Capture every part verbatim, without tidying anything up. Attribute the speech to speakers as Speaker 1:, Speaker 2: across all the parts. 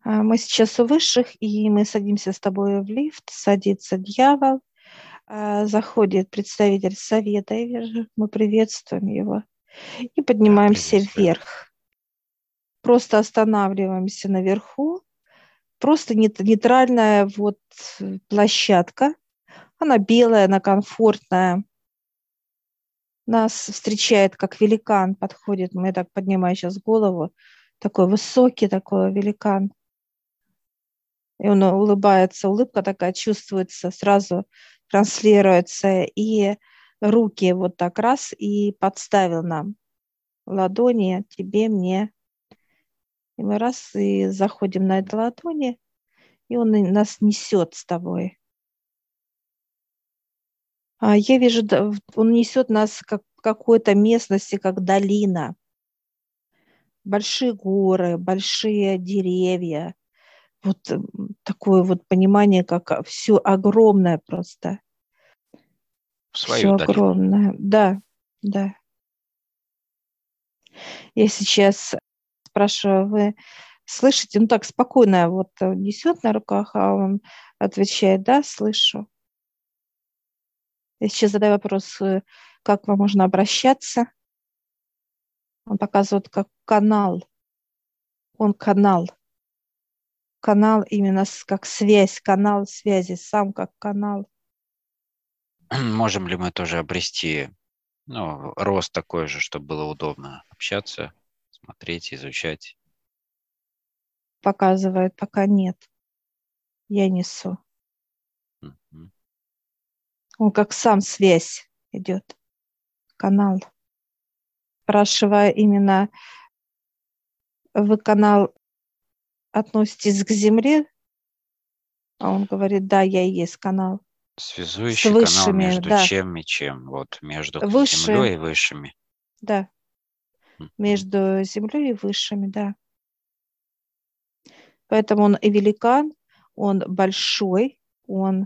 Speaker 1: А, Мы сейчас у высших, и мы садимся с тобой в лифт, садится дьявол, а, заходит представитель совета, я вижу, мы приветствуем его и
Speaker 2: Да,
Speaker 1: поднимаемся
Speaker 2: приветствую.
Speaker 1: вверх. Просто останавливаемся наверху, просто нейт- нейтральная вот э, площадка. Она белая, она комфортная. Нас встречает как великан, подходит, мы так поднимаем сейчас голову, такой высокий такой великан. И он улыбается, улыбка такая чувствуется, сразу транслируется, и руки вот так раз и подставил нам ладони, тебе, мне. И мы раз и заходим на эти ладони, и он и нас несет с тобой. А я вижу, да, в- он несет нас как в какой-то местности, как долина. Большие горы, большие деревья. Вот м, такое вот понимание, как все огромное просто.
Speaker 2: В
Speaker 1: Все
Speaker 2: свою долину.
Speaker 1: огромное. Да, да. Я сейчас спрашиваю, вы слышите? Ну так спокойно вот э, несет на руках, а он отвечает, да, слышу. Я сейчас задаю вопрос, э, как вам можно обращаться. Он показывает как канал. Он канал. Канал именно с- как связь, канал связи, сам как канал.
Speaker 2: Можем ли мы тоже обрести, ну, рост такой же, чтобы было удобно общаться, смотреть, изучать?
Speaker 1: Показывает, пока нет. Я несу.
Speaker 2: Мгм.
Speaker 1: Он как сам связь идет. Канал. Спрашивая именно, вы канал относитесь к Земле? А он говорит, да, я и есть канал. С
Speaker 2: Связующий канал
Speaker 1: высшими,
Speaker 2: между
Speaker 1: да.
Speaker 2: чем и чем? Вот между
Speaker 1: Высшие,
Speaker 2: землей и высшими.
Speaker 1: да.
Speaker 2: Мгм.
Speaker 1: Между землей и высшими, да. Поэтому он и великан, он большой, он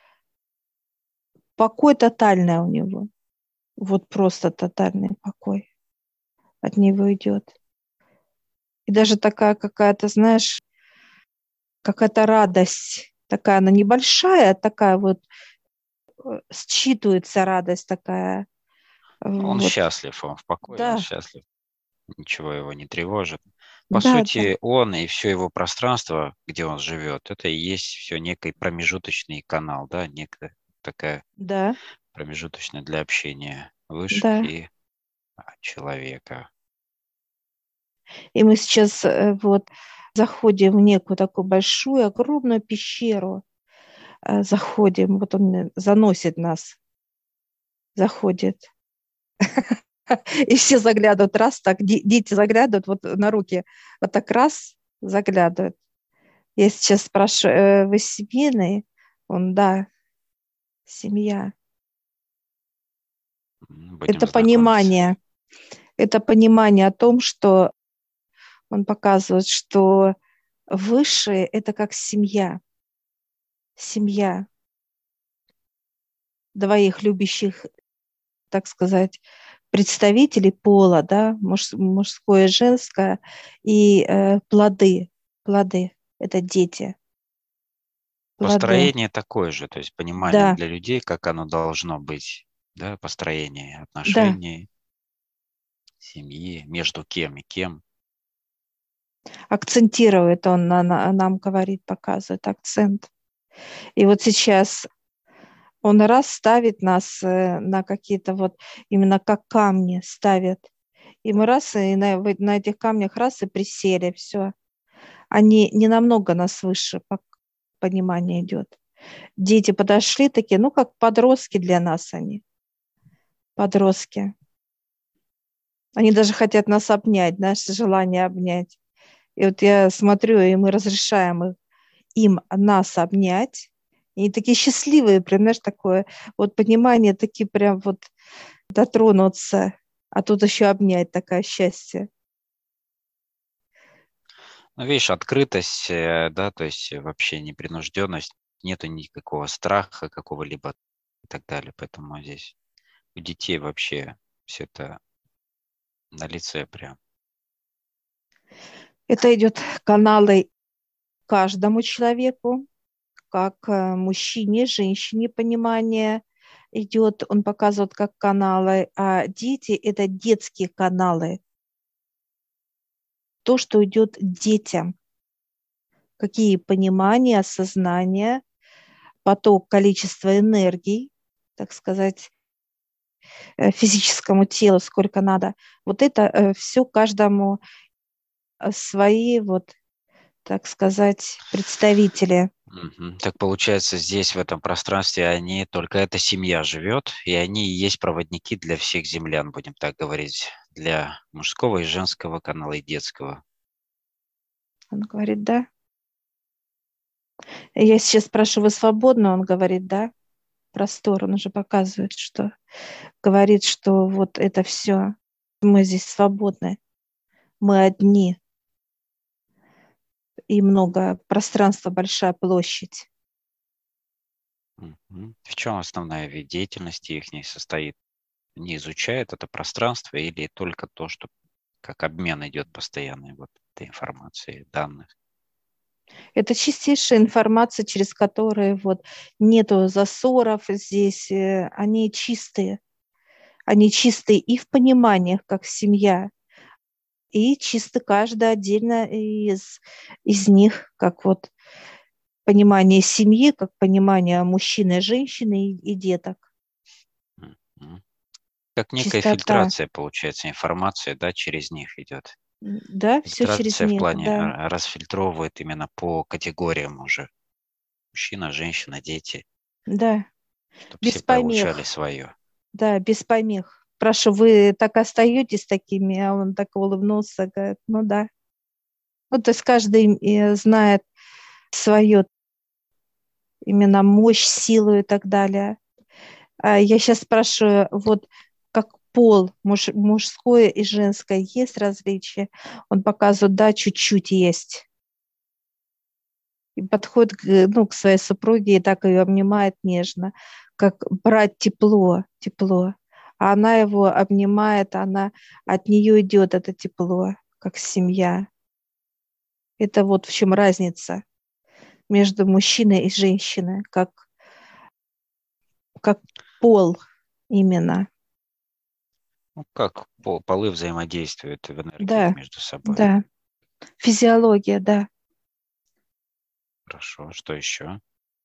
Speaker 1: покой тотальный у него. Вот просто тотальный покой от него идет. И даже такая какая-то, знаешь, какая-то радость, такая она небольшая, такая вот э, считывается радость такая.
Speaker 2: Он
Speaker 1: Вот,
Speaker 2: счастлив, он в покое, он
Speaker 1: да,
Speaker 2: счастлив. Ничего его не тревожит. По
Speaker 1: да, да,
Speaker 2: сути, он и все его пространство, где он живет, это и есть все некий промежуточный канал, да, некая такая
Speaker 1: да,
Speaker 2: промежуточная для общения высших
Speaker 1: да.
Speaker 2: и а, человека.
Speaker 1: И мы сейчас э, вот заходим в некую такую большую, огромную пещеру. Э, Заходим, вот он э, заносит нас, заходит. И все заглядывают, раз так, ди- дети заглядывают вот на руки, вот так раз заглядывают. Я сейчас спрашиваю, «Э, вы семейный? Он, да, семья.
Speaker 2: М, Будем
Speaker 1: Это
Speaker 2: знакомиться.
Speaker 1: понимание, это понимание о том, что он показывает, что высшее– это как семья, семья двоих любящих, так сказать, представителей пола, да, муж- мужское и женское, и э, плоды, плоды– это дети, плоды,
Speaker 2: Построение такое же, то есть понимание
Speaker 1: да,
Speaker 2: для людей, как оно должно быть, да, построение
Speaker 1: да,
Speaker 2: отношений, семьи, между кем и кем.
Speaker 1: акцентирует он, на, на- нам говорит, показывает акцент. И вот сейчас он раз ставит нас э, на какие-то вот, именно как камни ставит, и мы раз, и на, в- на этих камнях раз и присели, все. Они не намного нас выше, по понимание идет. Дети подошли такие, ну, как подростки для нас они, подростки. Они даже хотят нас обнять, наше желание обнять. И вот я смотрю, и мы разрешаем их, им нас обнять. И они такие счастливые, прям, знаешь, такое вот понимание, такие прям вот дотронуться, а тут еще обнять, такое счастье.
Speaker 2: Ну, видишь, открытость, э, да, то есть э, вообще непринужденность, нету никакого страха какого-либо и так далее. Поэтому здесь у детей вообще все это на лице прям.
Speaker 1: Это идет каналы каждому человеку, как э, мужчине, женщине понимание идет, он показывает как каналы, а дети – это детские каналы, то, что идет детям, какие понимания, осознания, поток, количество энергии, так сказать, э, физическому телу, сколько надо. Вот это все каждому э, свои, вот, так сказать, представители.
Speaker 2: Мгм. Так получается, здесь, в этом пространстве, они только эта семья живет, и они и есть проводники для всех землян, будем так говорить, для мужского и женского канала и детского.
Speaker 1: Он говорит, да. Я сейчас спрашиваю, вы свободны? Он говорит, да. Простор, он уже показывает, что говорит, что вот это все, мы здесь свободны, мы одни, и много пространства, большая площадь.
Speaker 2: Мгм. В чем основная вид деятельности их не состоит? Они изучают это пространство или только то, что как обмен идет постоянный вот этой информации, данных?
Speaker 1: Это чистейшая информация, через которую вот нету засоров здесь, э, они чистые. Они чистые и в пониманиях, как семья, и чисто каждая отдельно из, из них, как вот понимание семьи, как понимание мужчины, женщины и, и деток.
Speaker 2: Мгм. Как некая
Speaker 1: Чистота.
Speaker 2: фильтрация, получается, информация, да, через них идет.
Speaker 1: М, Да, все через
Speaker 2: Фильтрация в
Speaker 1: них,
Speaker 2: плане
Speaker 1: да,
Speaker 2: а, расфильтровывает именно по категориям уже. Мужчина, женщина, дети,
Speaker 1: да,
Speaker 2: чтобы все
Speaker 1: без
Speaker 2: получали
Speaker 1: помех,
Speaker 2: свое.
Speaker 1: да, без помех. Прошу, вы так остаетесь такими, а он так улыбнулся, говорит, ну да. Ну, то есть каждый э, знает свою именно мощь, силу и так далее. А я сейчас спрашиваю, вот как пол муж, мужское и женское, есть различия? Он показывает, да, чуть-чуть есть. И подходит к, ну, к своей супруге и так ее обнимает нежно, как брать тепло, тепло. А она его обнимает, она от нее идет это тепло, как семья. Это вот в чем разница между мужчиной и женщиной, как, как пол именно.
Speaker 2: Ну, как пол- полы взаимодействуют в энергии
Speaker 1: Да,
Speaker 2: между собой.
Speaker 1: да. Физиология, да.
Speaker 2: Хорошо. Что еще?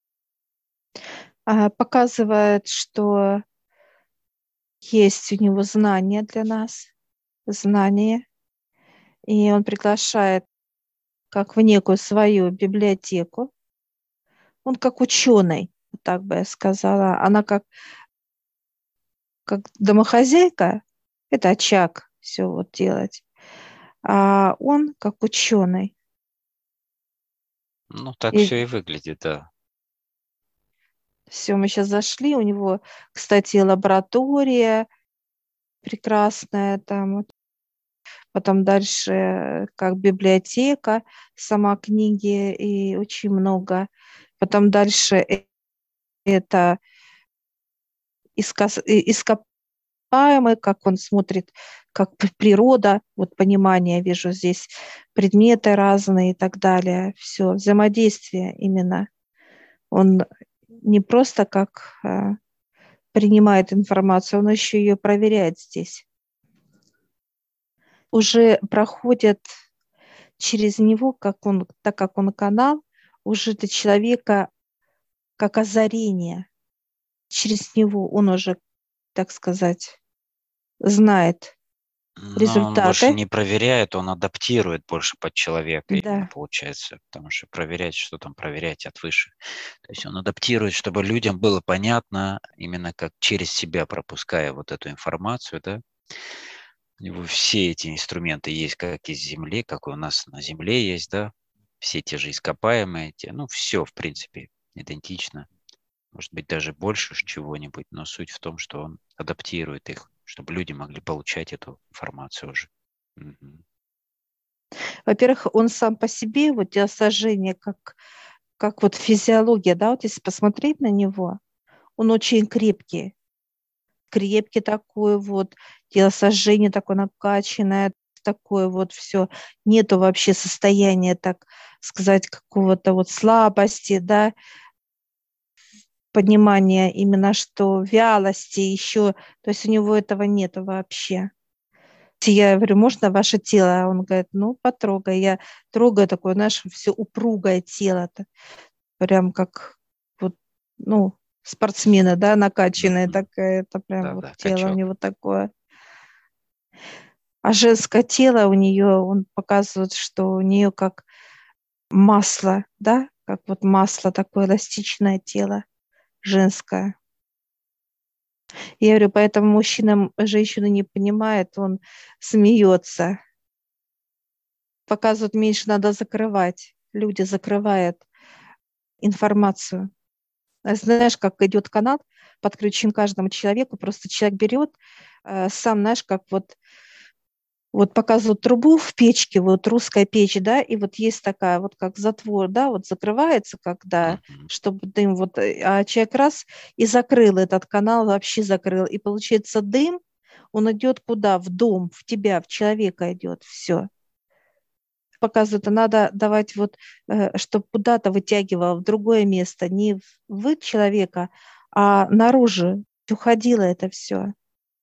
Speaker 1: А, показывает, что есть у него знания для нас, знания, и он приглашает как в некую свою библиотеку. Он как ученый, вот так бы я сказала. Она как, как домохозяйка, это очаг, все вот делать. А он как ученый.
Speaker 2: Ну, так
Speaker 1: И
Speaker 2: все и выглядит, да.
Speaker 1: все, мы сейчас зашли, у него, кстати, лаборатория прекрасная там, вот. Потом дальше э, как библиотека, сама книги и очень много. Потом дальше э- это искас- и- ископаемый, как он смотрит, как п- природа, вот понимание вижу здесь, предметы разные и так далее. Все, взаимодействие именно. Он не просто как э, принимает информацию, он еще ее проверяет здесь. Уже проходят через него, как он, так как он канал, уже для человека как озарение. Через него он уже, так сказать, знает
Speaker 2: Но он больше
Speaker 1: результаты.
Speaker 2: не проверяет, он адаптирует больше под человека именно
Speaker 1: Да,
Speaker 2: получается, потому что проверять, что там проверять от выше. То есть он адаптирует, чтобы людям было понятно, именно как через себя пропуская вот эту информацию, да. У него все эти инструменты есть как из Земли, как у нас на Земле есть, да. Все те же ископаемые, те, ну все в принципе идентично. Может быть, даже больше чего-нибудь, но суть в том, что он адаптирует их, чтобы люди могли получать эту информацию уже. Мгм.
Speaker 1: во-первых, он сам по себе, вот телосложение, как, как вот физиология, да, вот если посмотреть на него, он очень крепкий, крепкий такой вот, телосложение такое накачанное, такое вот все, нету вообще состояния, так сказать, какого-то вот слабости, да, понимания именно, что вялости еще, то есть у него этого нету вообще. Я говорю, можно ваше тело? Он говорит, ну, потрогай. Я трогаю такое, знаешь, все упругое тело-то, прям как вот, ну, спортсмены, да, накачанные,
Speaker 2: Мгм.
Speaker 1: так это прям вот
Speaker 2: Да-да,
Speaker 1: тело у
Speaker 2: качок.
Speaker 1: него такое. А женское тело у нее, он показывает, что у нее как масло, да, как вот масло, такое эластичное тело женское. Я говорю, поэтому мужчина женщину не понимает, он смеется. Показывают, меньше надо закрывать. Люди закрывают информацию. А знаешь, как идет канал, подключен каждому человеку, просто человек берет, э, сам, знаешь, как вот Вот показывают трубу в печке, вот русская печь, да, и вот есть такая вот как затвор, да, вот закрывается, когда,
Speaker 2: Мгм.
Speaker 1: чтобы дым вот, э, а человек раз и закрыл этот канал, вообще закрыл, и получается дым, он идет куда? В дом, в тебя, в человека идет, все. Показывают, а надо давать вот, чтобы куда-то вытягивало в другое место, не в в человека, а наружу уходило это все,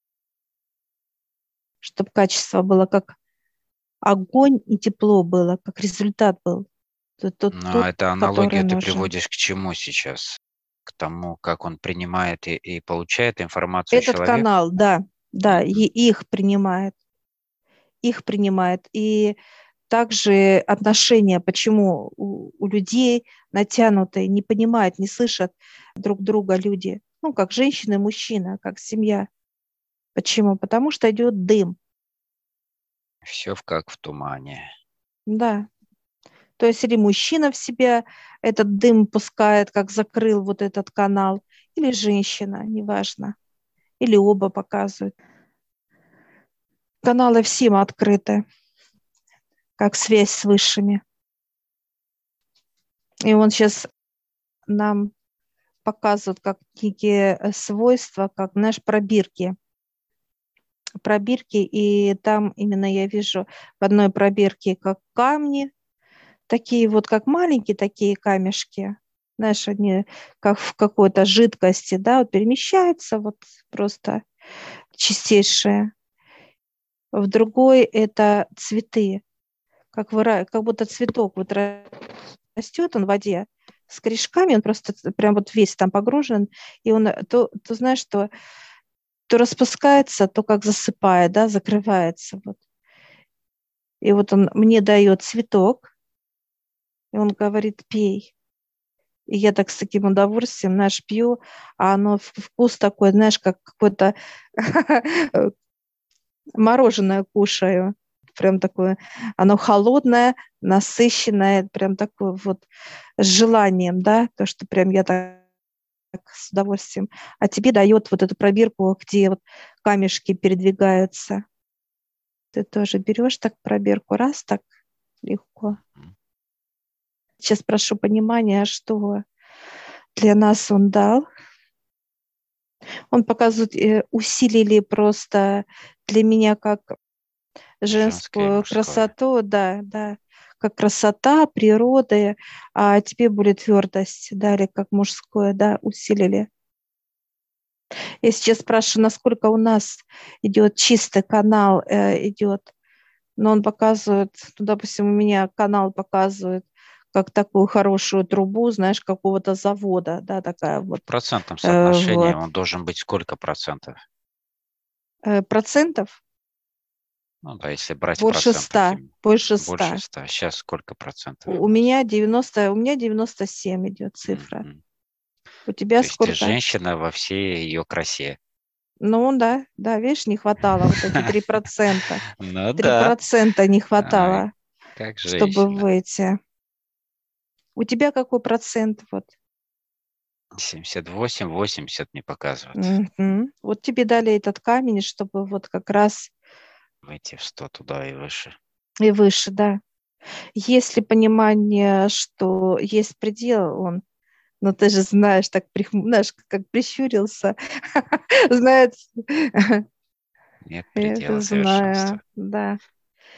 Speaker 1: чтобы качество было как огонь и тепло было, как результат был. Тот, тот,
Speaker 2: Но
Speaker 1: тот,
Speaker 2: это
Speaker 1: который
Speaker 2: аналогию ты
Speaker 1: нужен.
Speaker 2: приводишь к чему сейчас? К тому, как он принимает и, и получает информацию
Speaker 1: Этот
Speaker 2: человек?
Speaker 1: канал, да, да, и
Speaker 2: Мгм.
Speaker 1: их принимает, их принимает. И также отношения, почему у, у людей натянутые, не понимают, не слышат друг друга люди. Ну, как женщина и мужчина, как семья. Почему? Потому что идет дым.
Speaker 2: Все в как в тумане.
Speaker 1: Да. То есть или мужчина в себя этот дым пускает, как закрыл вот этот канал, или женщина, неважно. Или оба показывают. Каналы всем открыты, как связь с высшими. И он сейчас нам показывает как некие э, свойства, как, знаешь, пробирки. Пробирки, и там именно я вижу в одной пробирке как камни, такие вот, как маленькие такие камешки, знаешь, они как в какой-то жидкости, да, вот перемещаются вот просто чистейшие. В другой это цветы, как, выра... как будто цветок вот растет он в воде с корешками, он просто прям вот весь там погружен, и он, э, то, то знаешь, что то распускается, то как засыпает, да, закрывается. Вот. И вот он мне дает цветок, и он говорит, пей. И я так с таким удовольствием, знаешь, пью, а оно вкус такой, знаешь, как какое-то мороженое кушаю. Прям такое, оно холодное, насыщенное, прям такое вот с желанием, да, то, что прям я так с удовольствием. А тебе дает вот эту пробирку, где вот камешки передвигаются. Ты тоже берешь так пробирку, раз так легко.
Speaker 2: Мгм.
Speaker 1: Сейчас прошу понимания, что для нас он дал. Он показывает, э, усилили просто для меня как
Speaker 2: Женское и
Speaker 1: женскую
Speaker 2: мужское.
Speaker 1: красоту, да, да, как красота природы, а тебе более твердость дали, как мужское, да, усилили. Я сейчас спрашиваю, насколько у нас идет чистый канал, э, идет, но он показывает, ну, допустим, у меня канал показывает как такую хорошую трубу, знаешь, какого-то завода, да, такая вот,
Speaker 2: В процентном
Speaker 1: э,
Speaker 2: соотношении
Speaker 1: вот.
Speaker 2: он должен быть сколько процентов?
Speaker 1: Э, процентов
Speaker 2: Ну да, если брать в
Speaker 1: больше
Speaker 2: процентах
Speaker 1: ста,
Speaker 2: именно.
Speaker 1: больше
Speaker 2: Больше
Speaker 1: ста.
Speaker 2: ста. Сейчас сколько процентов
Speaker 1: У, у
Speaker 2: у нас?
Speaker 1: меня девяносто, у меня девяносто семь идет цифра.
Speaker 2: Мгм.
Speaker 1: У тебя
Speaker 2: То есть ты
Speaker 1: сколько?
Speaker 2: женщина во всей ее красе.
Speaker 1: Ну да, да, видишь, не хватало вот эти три процента.
Speaker 2: Ну
Speaker 1: Три
Speaker 2: да.
Speaker 1: процента не
Speaker 2: Ай,
Speaker 1: хватало,
Speaker 2: как
Speaker 1: чтобы
Speaker 2: женщина.
Speaker 1: выйти. У тебя какой процент? Вот.
Speaker 2: семьдесят восемь, восемьдесят мне показывают.
Speaker 1: Мгм. Вот тебе дали этот камень, чтобы вот как раз
Speaker 2: Выйти в сто туда и выше.
Speaker 1: и выше, да. Есть ли понимание, что есть предел, он, но ты же знаешь, так, прихм- знаешь, как прищурился, знает,
Speaker 2: Нет
Speaker 1: я
Speaker 2: предела
Speaker 1: это знаю,
Speaker 2: совершенства.
Speaker 1: да.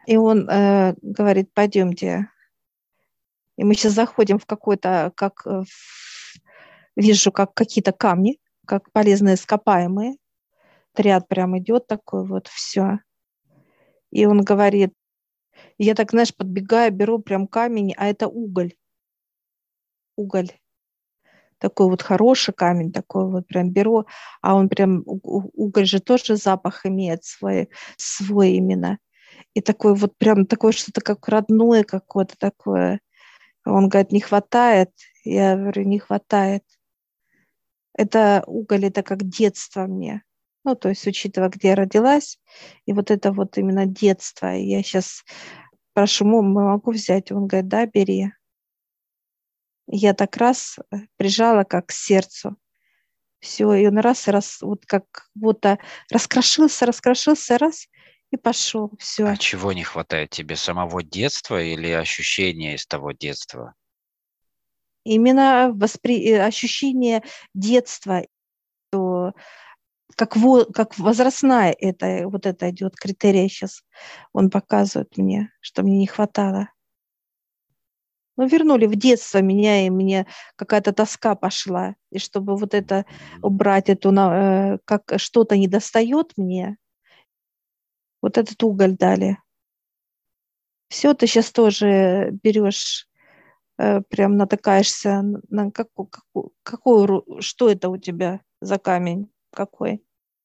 Speaker 1: И он э, говорит, пойдемте. И мы сейчас заходим в какой-то, как э, в- вижу, как какие-то камни, как полезные ископаемые. Ряд прям идет такой вот, все. И он говорит, я так, знаешь, подбегаю, беру прям камень, а это уголь. Уголь. Такой вот хороший камень, такой вот прям беру, а он прям, у- у- уголь же тоже запах имеет свой, свой именно. И такой вот прям такое что-то как родное какое-то такое. Он говорит, не хватает. Я говорю, не хватает. Это уголь, это как детство мне. Ну, то есть, учитывая, где я родилась, и вот это вот именно детство. И я сейчас прошу, мам, могу взять? Он говорит, да, бери. Я так раз э, прижала как к сердцу. Все, и он раз, и раз, вот как будто раскрошился, раскрошился, раз, и пошел.
Speaker 2: А
Speaker 1: Все.
Speaker 2: чего не хватает тебе? Самого детства или ощущения из того детства?
Speaker 1: Именно воспри... э, ощущение детства, то как, во... как возрастная это, вот это идет критерия сейчас. Он показывает мне, что мне не хватало. Ну, вернули в детство меня, и мне какая-то тоска пошла. И чтобы вот это
Speaker 2: Мгм.
Speaker 1: убрать, эту, на- э, как что-то не достает мне, вот этот уголь дали. Все, ты сейчас тоже берешь, э, прям натыкаешься на на каку- каку- какую, ру- что это у тебя за камень, какой,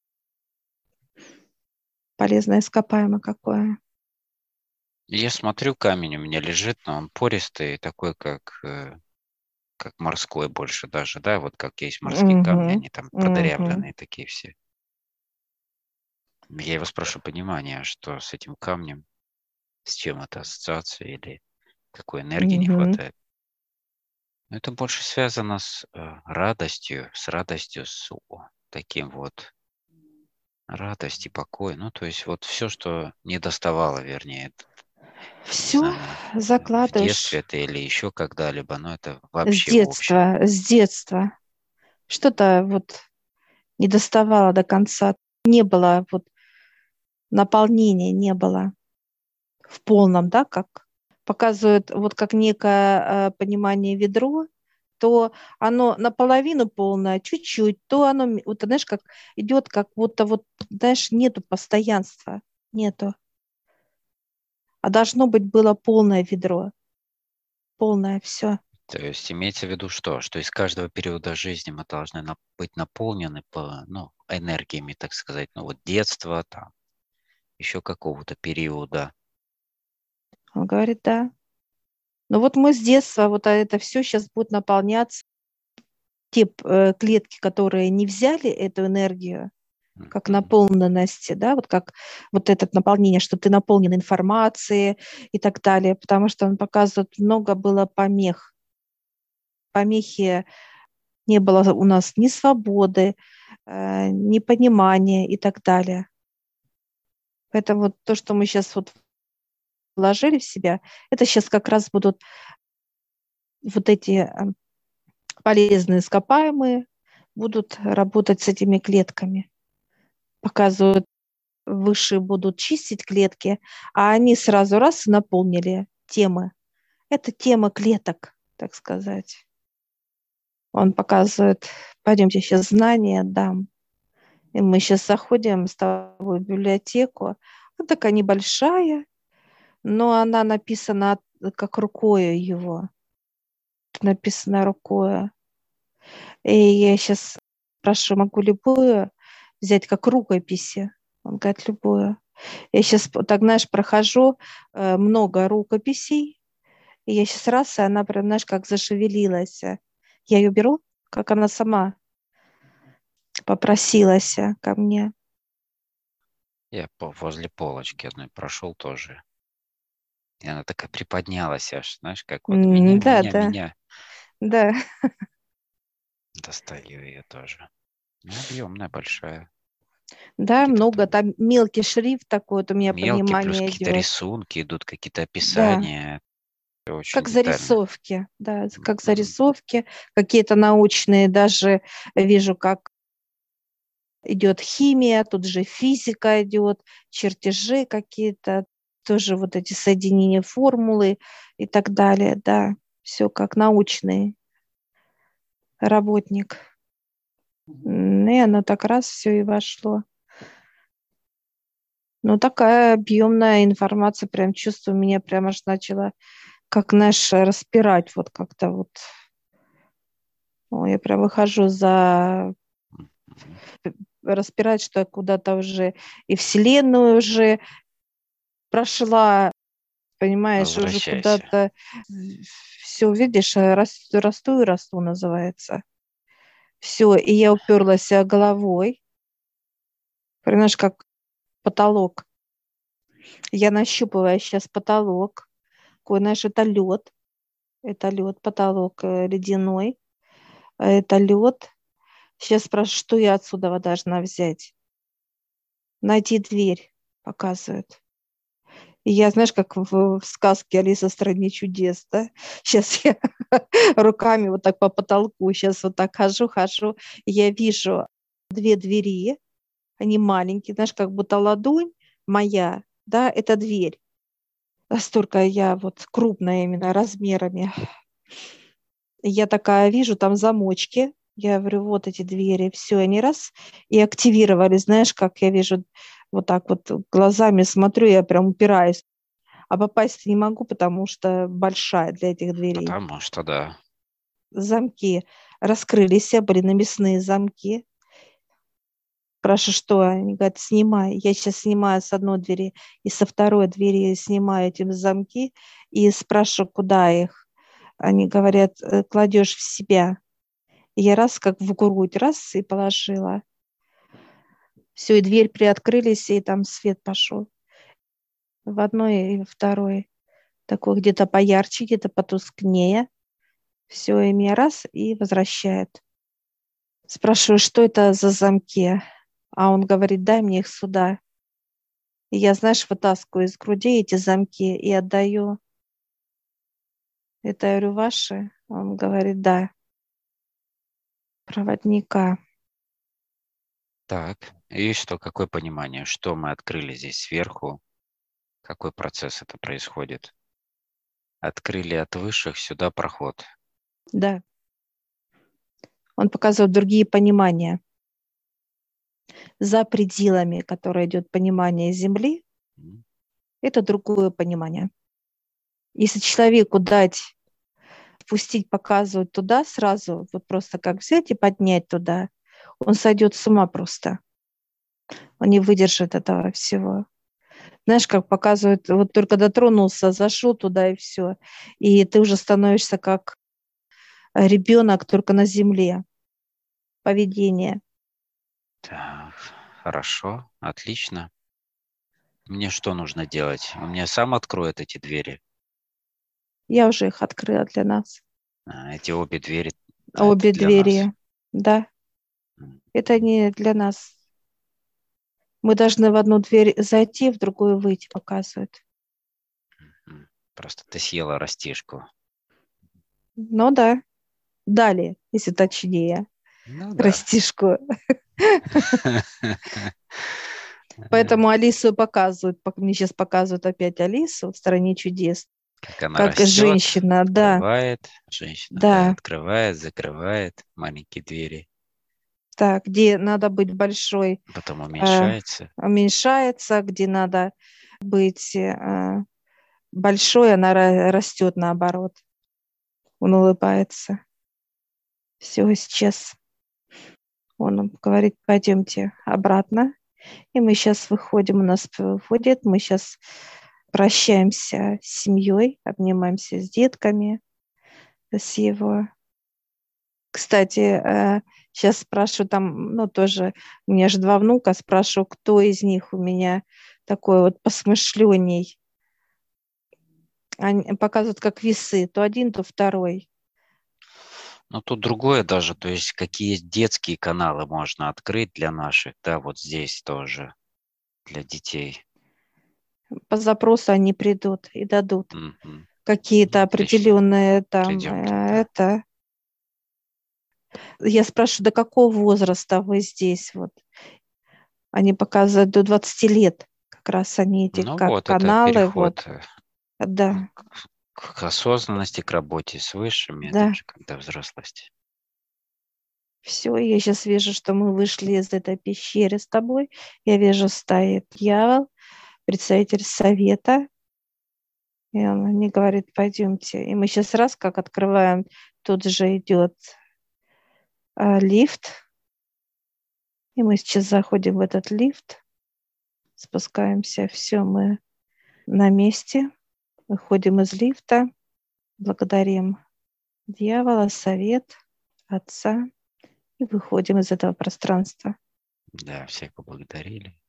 Speaker 1: полезное ископаемое какое.
Speaker 2: Я смотрю, камень у меня лежит, но он пористый, такой, как, э, как морской больше даже, да, вот как есть морские камни,
Speaker 1: Угу,
Speaker 2: они там
Speaker 1: угу,
Speaker 2: продырявленные такие все. Я его спрашиваю понимания, что с этим камнем, с чем это ассоциация или какой энергии не
Speaker 1: угу,
Speaker 2: хватает. Но это больше связано с э, радостью, с радостью, с о, таким вот радость и покой. Ну, то есть вот все, что не доставало, вернее, не
Speaker 1: все
Speaker 2: знаю, в детстве
Speaker 1: закладываешь
Speaker 2: это или еще когда-либо, но это
Speaker 1: с
Speaker 2: вообще в общем.
Speaker 1: детства, с детства. Что-то вот не доставало до конца. Не было вот наполнения, не было в полном, да, как показывают, вот как некое э, понимание ведро, то оно наполовину полное, чуть-чуть, то оно, м- вот, знаешь, как идет, как будто вот, знаешь, нету постоянства, нету. А должно быть было полное ведро, полное все.
Speaker 2: То есть имеется в виду что? Что из каждого периода жизни мы должны на- быть наполнены по, ну, энергиями, так сказать, ну вот детства, там, еще какого-то периода.
Speaker 1: Он говорит, да. Ну вот мы с детства, вот а это все сейчас будет наполняться. Те э, клетки, которые не взяли эту энергию, как
Speaker 2: Мгм.
Speaker 1: наполненности, да, вот как вот это наполнение, что ты наполнен информацией и так далее, потому что он показывает, много было помех. Помехи не было у нас ни свободы, э, ни понимания и так далее. Это вот то, что мы сейчас вот вложили в себя, это сейчас как раз будут вот эти э, полезные ископаемые, будут работать с этими клетками. Показывают, выше будут чистить клетки, а они сразу раз и наполнили темы. Это тема клеток, так сказать. Он показывает, пойдемте сейчас знания дам. И мы сейчас заходим с тобой в библиотеку. Она такая небольшая, но она написана как рукой его. Написано рукой. И я сейчас спрашиваю, могу любую взять как рукописи? Он говорит, любую. Я сейчас, так, знаешь, прохожу э, много рукописей, и я сейчас раз, и она прям, знаешь, как зашевелилась. Я ее беру, как она сама попросилась ко мне.
Speaker 2: Я по- возле полочки одной прошел тоже. И она такая приподнялась аж, знаешь, как вот
Speaker 1: М,
Speaker 2: меня,
Speaker 1: Да,
Speaker 2: меня,
Speaker 1: да,
Speaker 2: меня.
Speaker 1: да,
Speaker 2: Достаю ее тоже. Ну, объемная, большая.
Speaker 1: да,
Speaker 2: Где-то
Speaker 1: много.
Speaker 2: там
Speaker 1: Там мелкий шрифт такой, вот у меня
Speaker 2: мелкие, плюс
Speaker 1: понимание
Speaker 2: какие-то
Speaker 1: идет.
Speaker 2: рисунки идут, какие-то
Speaker 1: Да,
Speaker 2: описания. Всё очень
Speaker 1: как
Speaker 2: детально.
Speaker 1: зарисовки, да, как
Speaker 2: Мгм.
Speaker 1: зарисовки, какие-то научные, даже вижу, как идет химия, тут же физика идет, чертежи какие-то. тоже вот эти соединения формулы и так далее, да, все как научный работник. И оно так раз все и вошло. Ну, такая объемная информация, прям чувствую, меня прям аж начала, как, знаешь, распирать, вот как-то вот. Ой, я прям выхожу за... распирать, что я куда-то уже и Вселенную уже прошла, понимаешь, уже
Speaker 2: Возвращайся.
Speaker 1: куда-то все, видишь, расту, расту и расту, называется. Все, и я уперлась головой, понимаешь, как потолок. Я нащупываю сейчас потолок. Такой, знаешь, это лед. Это лед, потолок э, ледяной. А это лед. Сейчас спрашиваю, что я отсюда должна взять. Найти дверь, показывают. И я, знаешь, как в, в сказке «Алиса в стране чудес», да? Сейчас я руками вот так по потолку, сейчас вот так хожу, хожу. И я вижу две двери, они маленькие, знаешь, как будто ладонь моя, да, это дверь. Настолько я вот крупная именно размерами. И я такая вижу, там замочки. Я говорю, вот эти двери, все, они раз и активировали, знаешь, как я вижу, вот так вот глазами смотрю, я прям упираюсь. А попасть не могу, потому что большая для этих дверей.
Speaker 2: Потому что да.
Speaker 1: Замки раскрылись, были навесные замки. Спрашиваю, что? Они говорят, снимай. Я сейчас снимаю с одной двери и со второй двери снимаю эти замки и спрашиваю, куда их. Они говорят, «Э, кладешь в себя. И я раз, как в грудь, раз и положила. Все, и дверь приоткрылись, и там свет пошел. В одной и во второй. Такой где-то поярче, где-то потускнее. Все, и меня раз и возвращает. Спрашиваю, что это за замки? А он говорит, дай мне их сюда. И я, знаешь, вытаскиваю из груди эти замки и отдаю. Это, я говорю, ваши? Он говорит, да. Проводника.
Speaker 2: Так, и что, какое понимание? Что мы открыли здесь сверху? Какой процесс это происходит? Открыли от высших сюда проход.
Speaker 1: Да. Он показывает другие понимания. За пределами, которое идет понимание Земли,
Speaker 2: М.
Speaker 1: это другое понимание. Если человеку дать, пустить, показывать туда сразу, вот просто как взять и поднять туда, он сойдет с ума просто. Он не выдержит этого всего. Знаешь, как показывают, вот только дотронулся, зашел туда и все. И ты уже становишься как ребенок только на земле. Поведение.
Speaker 2: Так, хорошо, отлично. Мне что нужно делать? Он мне сам откроет эти двери?
Speaker 1: Я уже их открыла для нас.
Speaker 2: А, эти обе двери, это
Speaker 1: Обе
Speaker 2: для нас.
Speaker 1: двери. Да,
Speaker 2: М,
Speaker 1: это не для нас. Мы должны в одну дверь зайти, в другую выйти, показывают.
Speaker 2: м. Просто ты съела растишку.
Speaker 1: Ну да, далее, если точнее,
Speaker 2: Ну да.
Speaker 1: растишку. Поэтому Алису показывают, пок- мне сейчас показывают опять Алису в «Стране чудес»,
Speaker 2: Как она
Speaker 1: как
Speaker 2: растет,
Speaker 1: женщина, да,
Speaker 2: открывает, женщина, да,
Speaker 1: да,
Speaker 2: открывает, закрывает маленькие двери,
Speaker 1: так, где надо быть большой,
Speaker 2: потом
Speaker 1: э,
Speaker 2: уменьшается.
Speaker 1: уменьшается, где надо быть э, большой, она ра- растет наоборот. Он улыбается. Все, исчез. Он говорит, пойдемте обратно. И мы сейчас выходим, у нас выходит, мы сейчас прощаемся с семьей, обнимаемся с детками, с его. Кстати, сейчас спрашиваю там, ну тоже, у меня же два внука, спрашиваю, кто из них у меня такой вот посмышленней. Они показывают как весы, то один, то второй.
Speaker 2: Но тут другое даже, то есть какие детские каналы можно открыть для наших, да, вот здесь тоже, для детей.
Speaker 1: По запросу они придут и дадут
Speaker 2: Мгм.
Speaker 1: какие-то
Speaker 2: Отлично,
Speaker 1: определенные там
Speaker 2: придем
Speaker 1: э,
Speaker 2: тогда.
Speaker 1: это. Я спрашиваю, до какого возраста вы здесь? Вот. Они показывают до двадцати лет. как раз они эти
Speaker 2: Ну
Speaker 1: как
Speaker 2: вот, это
Speaker 1: каналы, вот,
Speaker 2: переход э,
Speaker 1: да,
Speaker 2: к к осознанности, к работе с высшими, это
Speaker 1: да,
Speaker 2: уже когда взрослость.
Speaker 1: все, я сейчас вижу, что мы вышли из этой пещеры с тобой, я вижу, стоит дьявол, представитель совета, и он мне говорит, пойдемте, и мы сейчас раз как открываем, тут же идет а, лифт, и мы сейчас заходим в этот лифт, спускаемся, все, мы на месте, выходим из лифта, благодарим дьявола, совет, отца и выходим из этого пространства.
Speaker 2: Да, всех поблагодарили.